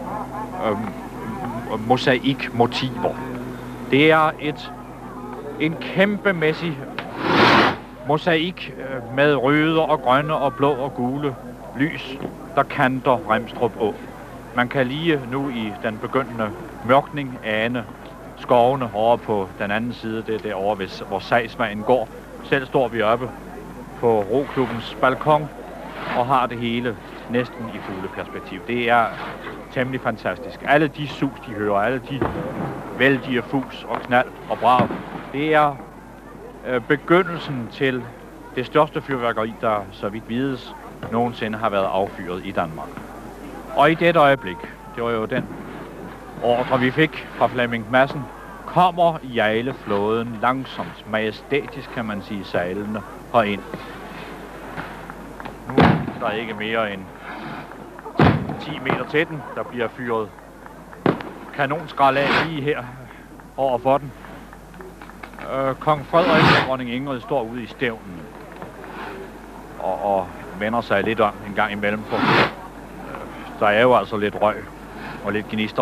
mosaikmotiver. Det er en kæmpemæssig mosaik med røde og grønne og blå og gule lys, der kanter Remstrup Å. Man kan lige nu i den begyndende mørkning ane skovene over på den anden side, det er derovre, hvor Sagsvejen går. Selv står vi oppe på Roklubbens balkon og har det hele næsten i fugleperspektiv. Det er temmelig fantastisk. Alle de sus, de hører, alle de vældige fus og knald og brav, det er begyndelsen til det største fyrværkeri, der så vidt vides nogensinde har været affyret i Danmark. Og i dette øjeblik, det var jo den ordre, vi fik fra Flemming Madsen, kommer Hjejleflåden langsomt, majestætisk kan man sige, sejlende herind. Nu er der ikke mere end 10 meter til den, der bliver fyret kanonskrald af lige her over for den. Kong Frederik og dronning Ingrid står ude i stævnen og vender sig lidt om en gang imellem, for der er jo altså lidt røg og lidt gnister.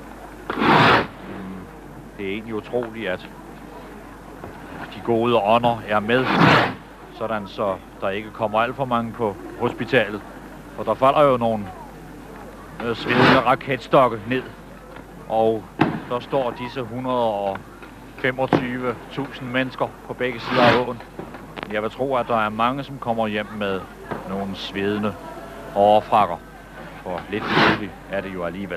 Det er egentlig utroligt, at de gode ånder er med, sådan så der ikke kommer alt for mange på hospitalet. For der falder jo nogle svedende raketstokke ned, og der står disse 125.000 mennesker på begge sider af åen. Jeg vil tro, at der er mange, som kommer hjem med nogle svedende overfrakker, for lidt kedeligt er det jo alligevel.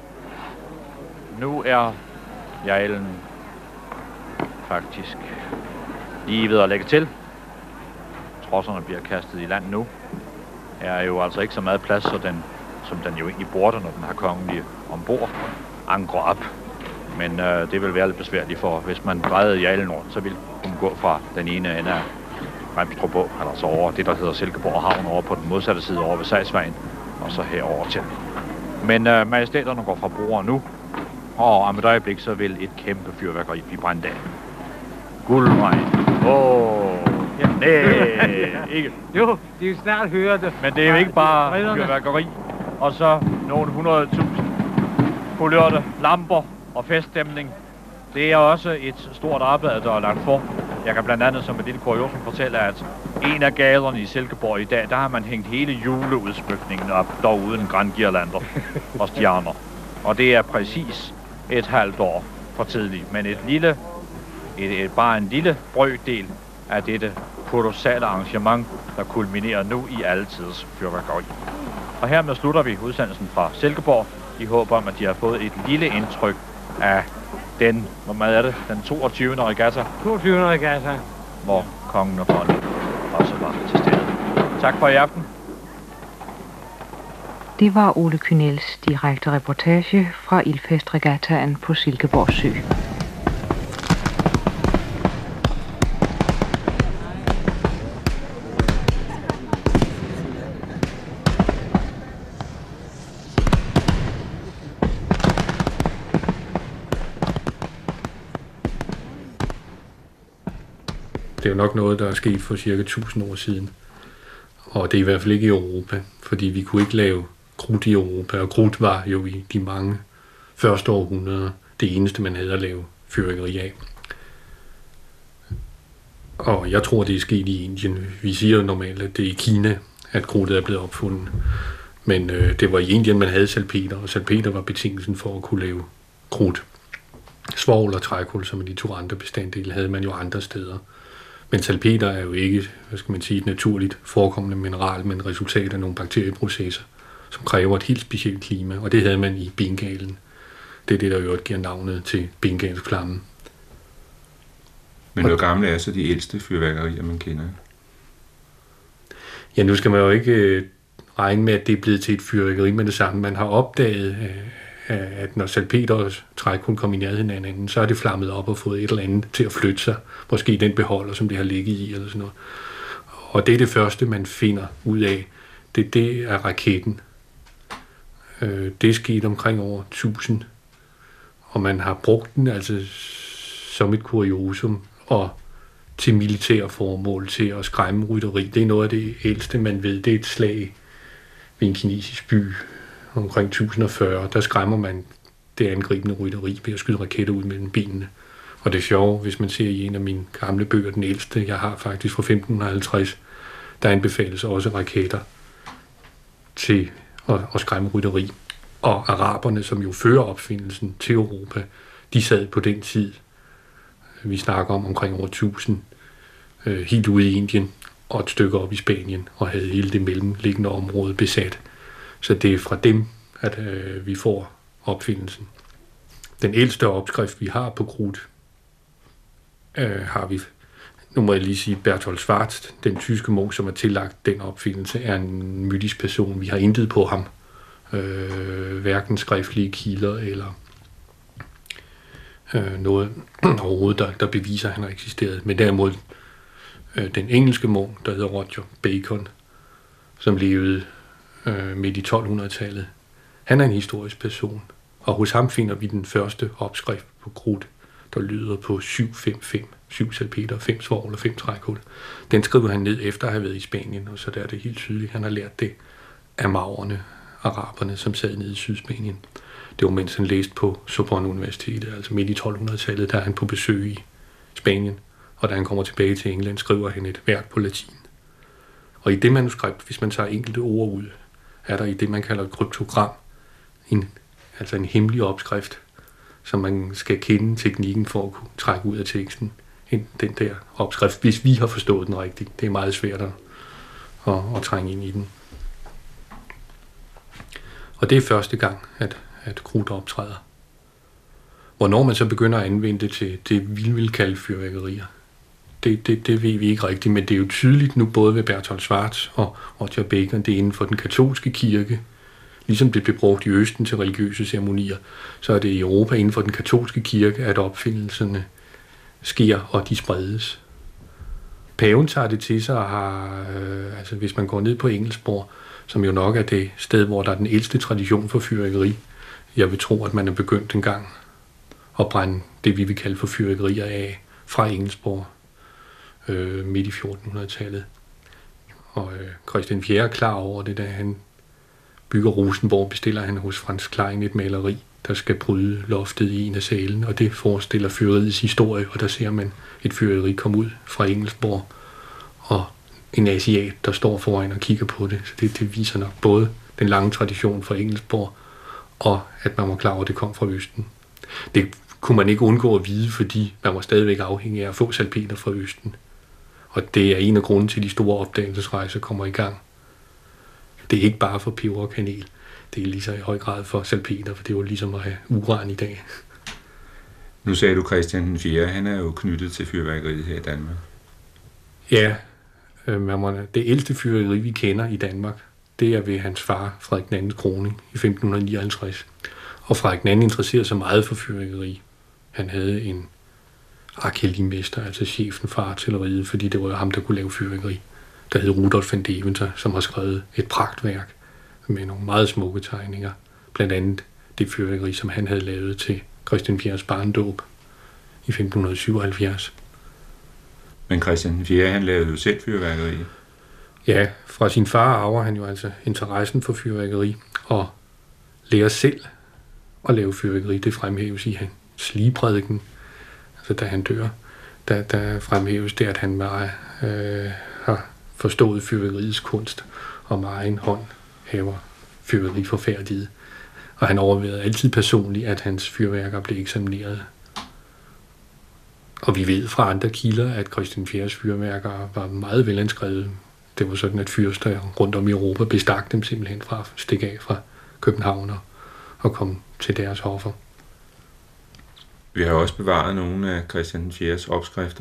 Nu er Hjejlen faktisk lige ved at lægge til. Trodserne bliver kastet i land nu. Er jo altså ikke så meget plads, som den jo egentlig burde, når den har kongelige ombord. Ankre op. Men det vil være lidt besværligt, for hvis man drejede Hjejlen rundt, så ville hun gå fra den ene ende af Remstrup Å, altså over det, der hedder Silkeborg Havn, over på den modsatte side over ved Sagsvejen, og så herover til. Men majestæterne går fra bord nu, og om et øjeblik så vil et kæmpe fyrværkeri blive brændt af. Guldregn. Ikke. Jo, de vil snart høre det. Men det er jo ikke bare fyrværkeri, og så nogle 100.000 kulørte lamper og feststemning. Det er også et stort arbejde, der er lagt for. Jeg kan blandt andet som et lille kuriosum fortælle, at en af gaderne i Silkeborg i dag, der har man hængt hele juleudsmykningen op, dog uden grangirlander og stjerner. Og det er præcis et halvt år for tidligt, men bare en lille brøkdel af dette kolossale arrangement, der kulminerer nu i alletiders fyrværkeri. Og hermed slutter vi udsendelsen fra Silkeborg i håb om, at de har fået et lille indtryk af den 22. regatta. 22. regatta. Hvor kongen og dronningen også var til stede. Tak for i aften. Det var Ole Kynells direkte reportage fra Ildfestregattaen på Silkeborg Sø. Det er jo nok noget, der er sket for cirka 1000 år siden. Og det er i hvert fald ikke i Europa, fordi vi kunne ikke lave krudt i Europa, og krudt var jo i de mange første århundreder det eneste, man havde at lave fyrværkeri af. Og jeg tror, det er sket i Indien. Vi siger jo normalt, at det er i Kina, at krudtet er blevet opfundet. Men det var i Indien, man havde salpeter, og salpeter var betingelsen for at kunne lave krudt. Svovl og trækul, som er de to andre bestanddele, havde man jo andre steder. Men salpeter er jo ikke, et naturligt forekommende mineral, men resultat af nogle bakterieprocesser, som kræver et helt specielt klima, og det havde man i Bengalen. Det er det, der jo giver navnet til Bengalsflammen. Men hvor gamle er så de ældste fyrværkerier, man kender? Ja, nu skal man jo ikke regne med, at det er blevet til et fyrværkeri med det samme. Man har opdaget at når salpeter og trækul kom i nærheden af hinanden, så er det flammet op og fået et eller andet til at flytte sig. Måske den beholder, som det har ligget i, eller sådan noget. Og det er det første, man finder ud af. Det er raketten. Det er sket omkring over 1000. Og man har brugt den altså som et kuriosum og til militære formål, til at skræmme rytteri. Det er noget af det ældste, man ved. Det er et slag ved en kinesisk by omkring 1040. Der skræmmer man det angribende rytteri ved at skyde raketter ud mellem benene. Og det er sjovt, hvis man ser i en af mine gamle bøger, den ældste, jeg har faktisk fra 1550, der anbefales også raketter til at skræmme rytteri. Og araberne, som jo fører opfindelsen til Europa, de sad på den tid, vi snakker om omkring over 1000, helt ude i Indien og et stykke op i Spanien, og havde hele det mellemliggende område besat. Så det er fra dem, at vi får opfindelsen. Den ældste opskrift, vi har på krudt, har vi, nu må jeg lige sige, Bertolt Schwarz, den tyske munk, som har tillagt den opfindelse, er en mytisk person. Vi har intet på ham. Hverken skriftlige kilder eller noget overhovedet, der beviser, at han har eksisteret. Men derimod den engelske munk, der hedder Roger Bacon, som levede midt i 1200-tallet, han er en historisk person. Og hos ham finder vi den første opskrift på krudt, der lyder på 755, 7 salpeter, 5 svovl og 5 trækul. Den skriver han ned efter at have været i Spanien, og så der er det helt tydeligt, han har lært det af maurerne, araberne, som sad nede i Sydspanien. Det var mens han læste på Sorbonne Universitetet, altså midt i 1200-tallet, der er han på besøg i Spanien, og da han kommer tilbage til England, skriver han et værk på latin. Og i det manuskript, hvis man tager enkelte ord ud, er der i det, man kalder et kryptogram, altså en hemmelig opskrift, som man skal kende teknikken for at kunne trække ud af teksten. Den der opskrift, hvis vi har forstået den rigtigt. Det er meget svært at trænge ind i den. Og det er første gang, at krudt optræder. Hvornår man så begynder at anvende det til det, vi vil kalde fyrværkerier, det ved vi ikke rigtigt, men det er jo tydeligt nu, både ved Bertolt Schwarz og Roger Bacon, det er inden for den katolske kirke. Ligesom det blev brugt i Østen til religiøse ceremonier, så er det i Europa inden for den katolske kirke, at opfindelserne sker, og de spredes. Paven tager det til sig og har, altså hvis man går ned på Engelsborg, som jo nok er det sted, hvor der er den ældste tradition for fyrværkeri. Jeg vil tro, at man er begyndt engang at brænde det, vi vil kalde for fyrværkerier af fra Engelsborg midt i 1400-tallet. Og Christian IV er klar over det, da han bygger Rosenborg, bestiller han hos Frans Klein et maleri, der skal bryde loftet i en af salen, og det forestiller fyrværkeriets historie, og der ser man et fyrværkeri komme ud fra Engelsborg, og en asiat, der står foran og kigger på det. Så det viser nok både den lange tradition fra Engelsborg, og at man var klar over, at det kom fra Østen. Det kunne man ikke undgå at vide, fordi man var stadigvæk afhængig af at få salpeter fra Østen. Og det er en af grunden til, at de store opdagelsesrejser kommer i gang. Det er ikke bare for peber og kanel. Det er lige så i høj grad for salpeter, for det er jo ligesom at have uran i dag. Nu sagde du Christian IV, han er jo knyttet til fyrværkeriet her i Danmark. Ja, det ældste fyrværkeri, vi kender i Danmark, det er ved hans far, Frederik II's kroning i 1559. Og Frederik II interesserede sig meget for fyrværkeri. Han havde en artillerimester, altså chefen for artilleriet, fordi det var ham, der kunne lave fyrværkeri, der hed Rudolf van Deventer, som har skrevet et pragtværk med nogle meget smukke tegninger. Blandt andet det fyrværkeri, som han havde lavet til Christian IV's barndåb i 1577. Men Christian IV, han lavede jo selv fyrværkeri. Ja, fra sin far arver han jo altså interessen for fyrværkeri, og lærer selv at lave fyrværkeri. Det fremhæves i hans ligeprædiken, altså da han dør. Der fremhæves det, at han har forstået fyrværkeriets kunst, og med egen hånd haver fyrværkeri forfærdiget. Og han overvejede altid personligt, at hans fyrværker blev eksamineret. Og vi ved fra andre kilder, at Christian IV's fyrværker var meget velanskrevet. Det var sådan, at fyrster rundt om i Europa bestak dem simpelthen fra at stikke af fra København og komme til deres hoffer. Vi har også bevaret nogle af Christian IV's opskrifter.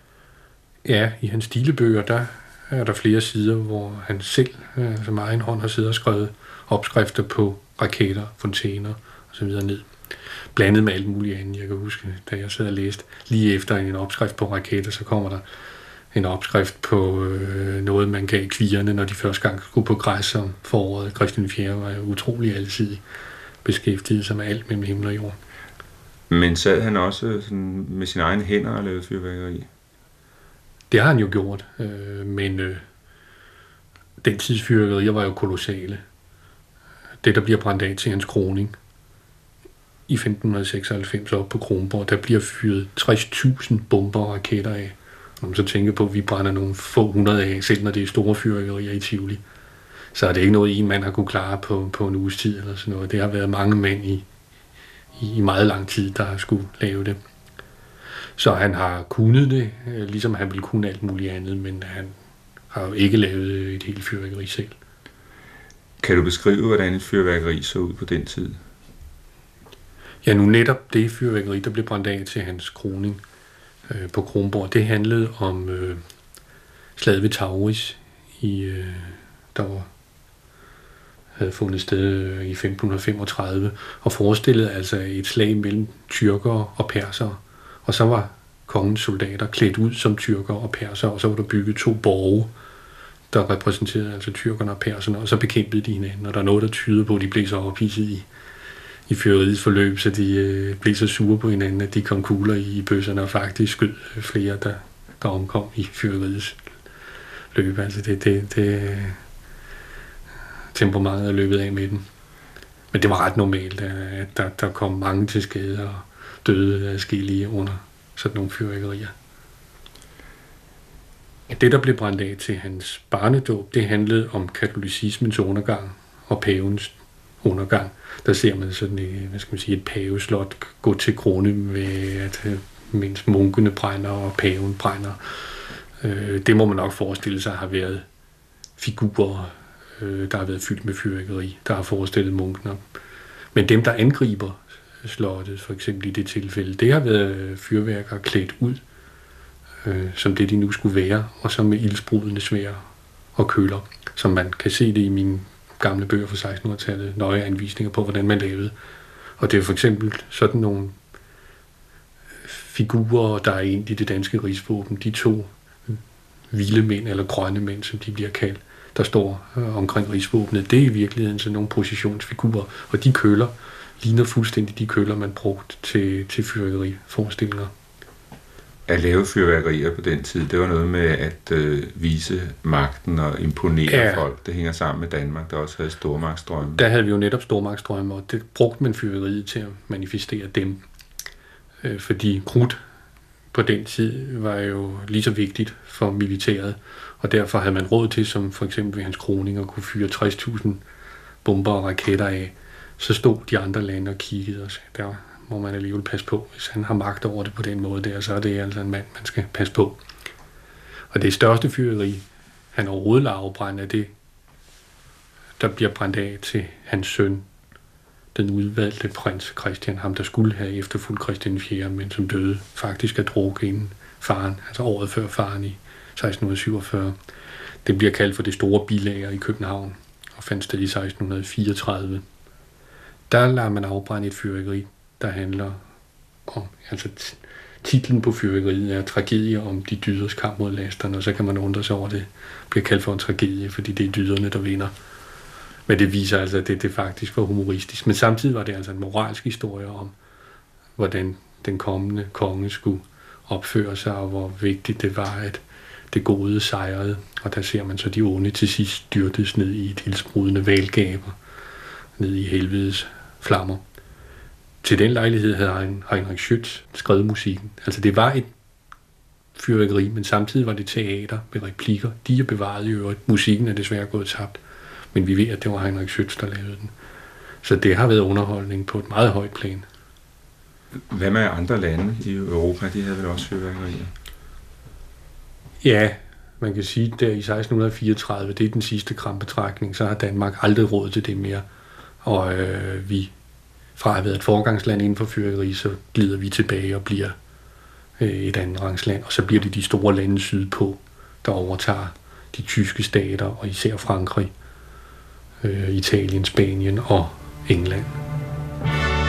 Ja, i hans stilebøger, der er der flere sider, hvor han selv som egen hånd har siddet og skrevet opskrifter på raketter, fontæner og så videre ned. Blandet med alt muligt andet. Jeg kan huske, da jeg sad og læste lige efter en opskrift på raketter, så kommer der en opskrift på noget, man gav kvierne, når de første gang skulle på græs om foråret. Christian 4. var jo utrolig altid beskæftiget sig med alt mellem himmel og jord. Men sad han også sådan med sine egne hænder og lavede fyrværkeri? Det har han jo gjort, men den tids fyrværkerier var jo kolossale. Det, der bliver brændt af til hans kroning i 1596 op på Kronborg, der bliver fyret 60.000 bomber og raketter af. Når man så tænker på, at vi brænder nogle få hundrede af, selv når det er store fyrværkerier i Tivoli, så er det ikke noget, en mand har kunne klare på en uges tid eller sådan noget. Det har været mange mænd i meget lang tid, der har skulle lave det. Så han har kunnet det, ligesom han ville kunne alt muligt andet, men han har jo ikke lavet et helt fyrværkeri selv. Kan du beskrive, hvordan et fyrværkeri så ud på den tid? Ja, nu netop det fyrværkeri, der blev brændt af til hans kroning på Kronborg, det handlede om slaget ved Tauris, der havde fundet sted i 1535, og forestillede altså et slag mellem tyrkere og persere. Og så var kongens soldater klædt ud som tyrkere og persere, og så var der bygget 2 borge, der repræsenterede altså tyrkerne og perserne, og så bekæmpede de hinanden, og der er noget, der tyder på, at de blev så ophidset i fyrværkeriets forløb, så de blev så sure på hinanden, at de kom kugler i bøsserne, og faktisk skød flere, der omkom i fyrværkeriets løb. Altså det temperamentet er løbet af med den. Men det var ret normalt, at der kom mange til skade og døde adskillige under sådan nogle fyrværkerier. Det, der blev brændt af til hans barnedåb, det handlede om katolicismens undergang og pavens undergang. Der ser man sådan et paveslot gå til grunde med, at mens munkene brænder og paven brænder. Det må man nok forestille sig har været figurer, der har været fyldt med fyrværkeri, der har forestillet munkene. Men dem, der angriber slottet, for eksempel i det tilfælde, det har været fyrværkere klædt ud, som det de nu skulle være, og så med ildsprudende sværd og køller, som man kan se det i mine gamle bøger fra 1600-tallet, nøje anvisninger på, hvordan man lavede. Og det er for eksempel sådan nogle figurer, der er egentlig i det danske rigsvåben, de 2 vilde mænd, eller grønne mænd, som de bliver kaldt, der står omkring rigsvåbnet. Det er i virkeligheden sådan nogle positionsfigurer, og de køller ligner fuldstændig de køller, man brugte til fyrværkeriforestillinger. At lave fyrværkerier på den tid, det var noget med at vise magten og imponere folk. Det hænger sammen med Danmark, der også havde stormagtsdrømme. Der havde vi jo netop stormagtsdrømme, og det brugte man fyrværkeriet til at manifestere dem. Fordi krudt på den tid var jo lige så vigtigt for militæret, og derfor havde man råd til, som for eksempel ved hans kroning, at kunne fyre 60.000 bomber og raketter af. Så stod de andre lande og kiggede og sagde, der må man alligevel passe på. Hvis han har magt over det på den måde der, så er det altså en mand, man skal passe på. Og det største fyrværkeri, han overhovedet lader afbrænde, er det, der bliver brændt af til hans søn, den udvalgte prins Christian, ham der skulle have efterfulgt Christian 4., men som døde faktisk af druk inden faren, altså året før faren i 1647. Det bliver kaldt for det store bilager i København, og fandt sted i 1634. Der lader man afbrænde et fyrværkeri, der handler om, altså titlen på fyrværkeriet er Tragedie om de dyders kamp mod lasterne, og så kan man undre sig over, det bliver kaldt for en tragedie, fordi det er dyderne, der vinder. Men det viser altså, at det faktisk var humoristisk. Men samtidig var det altså en moralsk historie om, hvordan den kommende konge skulle opføre sig, og hvor vigtigt det var, at det gode sejrede. Og der ser man så de onde til sidst styrtes ned i et ildsprudende valgaber, ned i helvedes flammer. Til den lejlighed havde Heinrich Schütz skrevet musikken. Altså det var et fyrværkeri, men samtidig var det teater med replikker. De er bevaret i øvrigt. Musikken er desværre gået tabt. Men vi ved, at det var Heinrich Schütz, der lavede den. Så det har været underholdning på et meget højt plan. Hvad med andre lande i Europa? De havde vel også fyrværkerier? Ja, man kan sige, at der i 1634, det er den sidste krampetrækning, så har Danmark aldrig råd til det mere. Og vi fra at have været et foregangsland inden for fyrværkeri, så glider vi tilbage og bliver et andenrangsland. Og så bliver det de store lande sydpå, der overtager de tyske stater, og især Frankrig, Italien, Spanien og England.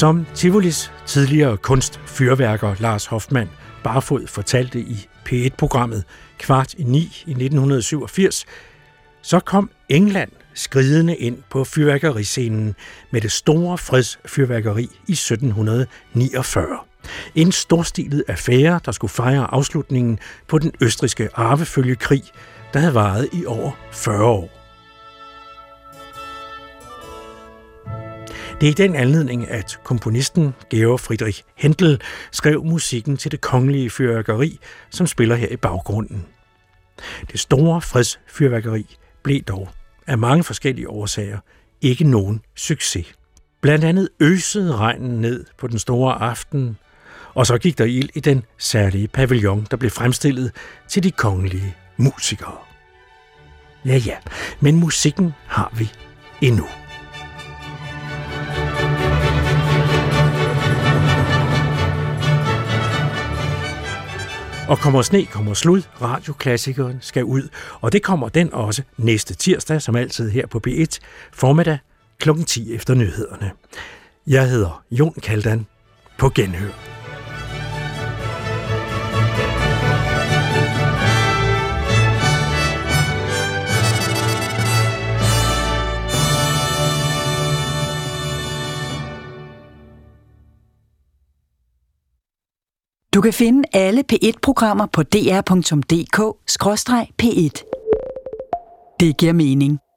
Som Tivolis tidligere kunstfyrværker Lars Hoffmann Barfod fortalte i P1-programmet 8:45 i 1987, så kom England skridende ind på fyrværkeriscenen med det store fredsfyrværkeri i 1749. En storstilet affære, der skulle fejre afslutningen på den østrigske arvefølgekrig, der havde varet i over 40 år. Det er i den anledning, at komponisten Georg Friedrich Händel skrev musikken til det kongelige fyrværkeri, som spiller her i baggrunden. Det store fredsfyrværkeri blev dog af mange forskellige årsager ikke nogen succes. Blandt andet øsede regnen ned på den store aften, og så gik der ild i den særlige pavillon, der blev fremstillet til de kongelige musikere. Ja, men musikken har vi endnu. Og kommer sne, kommer slud, radioklassikeren skal ud, og det kommer den også næste tirsdag, som altid her på P1, formiddag kl. 10 efter nyhederne. Jeg hedder Jon Kaldan. På genhør. Du kan finde alle P1-programmer på dr.dk/P1. Det giver mening.